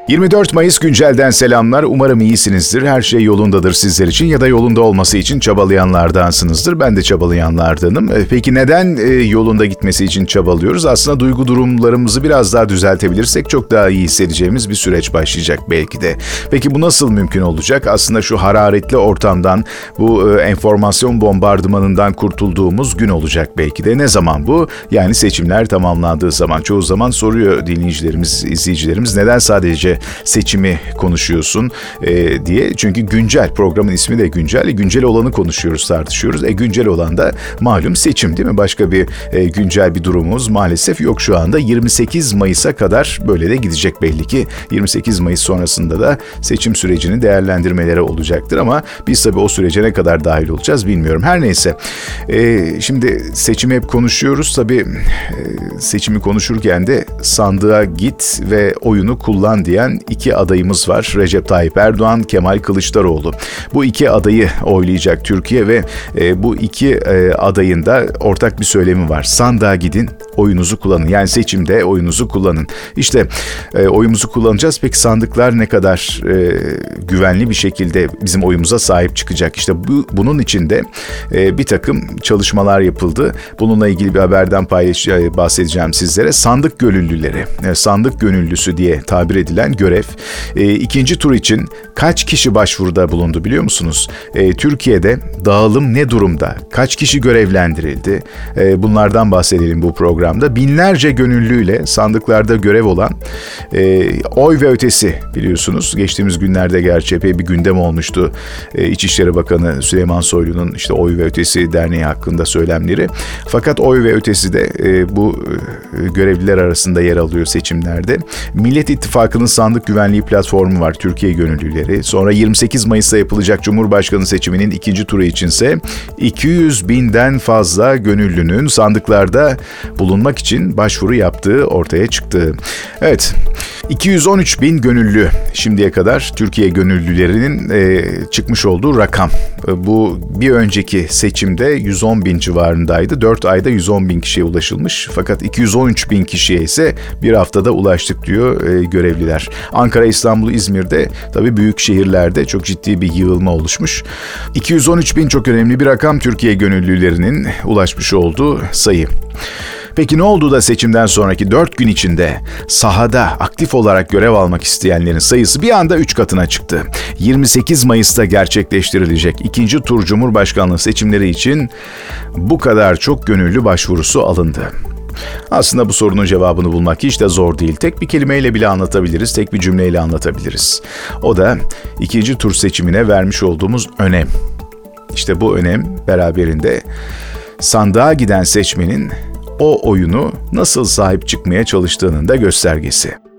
24 Mayıs güncelden selamlar. Umarım iyisinizdir. Her şey yolundadır sizler için ya da yolunda olması için çabalayanlardansınızdır. Ben de çabalayanlardanım. Peki neden yolunda gitmesi için çabalıyoruz? Aslında duygu durumlarımızı biraz daha düzeltebilirsek çok daha iyi hissedeceğimiz bir süreç başlayacak belki de. Peki bu nasıl mümkün olacak? Aslında şu hararetli ortamdan, bu enformasyon bombardımanından kurtulduğumuz gün olacak belki de. Ne zaman bu? Yani seçimler tamamlandığı zaman. Çoğu zaman soruyor dinleyicilerimiz, izleyicilerimiz, neden sadece seçimi konuşuyorsun diye. Çünkü güncel, programın ismi de güncel. Güncel olanı konuşuyoruz, tartışıyoruz. Güncel olan da malum seçim, değil mi? Başka bir güncel bir durumumuz maalesef yok şu anda. 28 Mayıs'a kadar böyle de gidecek belli ki. 28 Mayıs sonrasında da seçim sürecinin değerlendirmeleri olacaktır ama biz tabii o sürece ne kadar dahil olacağız bilmiyorum. Her neyse. Şimdi seçimi hep konuşuyoruz. Tabii seçimi konuşurken de sandığa git ve oyunu kullan diyen iki adayımız var. Recep Tayyip Erdoğan, Kemal Kılıçdaroğlu. Bu iki adayı oylayacak Türkiye ve bu iki adayın da ortak bir söylemi var. Sandığa gidin, oyunuzu kullanın. Yani seçimde oyunuzu kullanın. İşte oyumuzu kullanacağız. Peki sandıklar ne kadar güvenli bir şekilde bizim oyumuza sahip çıkacak? İşte bunun için de bir takım çalışmalar yapıldı. Bununla ilgili bir haberden bahsedeceğim sizlere. Sandık gönüllüleri, sandık gönüllüsü diye tabir edilen görev. İkinci tur için kaç kişi başvuruda bulundu biliyor musunuz? Türkiye'de dağılım ne durumda? Kaç kişi görevlendirildi? Bunlardan bahsedelim bu programda. Binlerce gönüllüyle sandıklarda görev olan oy ve ötesi biliyorsunuz. Geçtiğimiz günlerde gerçi epey bir gündem olmuştu. İçişleri Bakanı Süleyman Soylu'nun işte Oy ve Ötesi Derneği hakkında söylemleri. Fakat Oy ve Ötesi de bu görevliler arasında yer alıyor seçimlerde. Millet İttifakı'nın sandık güvenliği platformu var, Türkiye Gönüllüleri. Sonra 28 Mayıs'ta yapılacak Cumhurbaşkanı seçiminin ikinci turu içinse 200 binden fazla gönüllünün sandıklarda bulunmak için başvuru yaptığı ortaya çıktı. Evet, 213 bin gönüllü şimdiye kadar Türkiye gönüllülerinin çıkmış olduğu rakam. Bu bir önceki seçimde 110 bin civarındaydı. 4 ayda 110 bin kişiye ulaşılmış. Fakat 213 bin kişiye ise bir haftada ulaştık diyor görevliler. Ankara, İstanbul, İzmir'de tabii büyük şehirlerde çok ciddi bir yığılma oluşmuş. 213 bin çok önemli bir rakam, Türkiye gönüllülerinin ulaşmış olduğu sayı. Peki ne oldu da seçimden sonraki 4 gün içinde sahada aktif olarak görev almak isteyenlerin sayısı bir anda 3 katına çıktı? 28 Mayıs'ta gerçekleştirilecek ikinci tur Cumhurbaşkanlığı seçimleri için bu kadar çok gönüllü başvurusu alındı. Aslında bu sorunun cevabını bulmak hiç de zor değil. Tek bir kelimeyle bile anlatabiliriz, tek bir cümleyle anlatabiliriz. O da ikinci tur seçimine vermiş olduğumuz önem. İşte bu önem beraberinde sandığa giden seçmenin o oyunu nasıl sahip çıkmaya çalıştığının da göstergesi.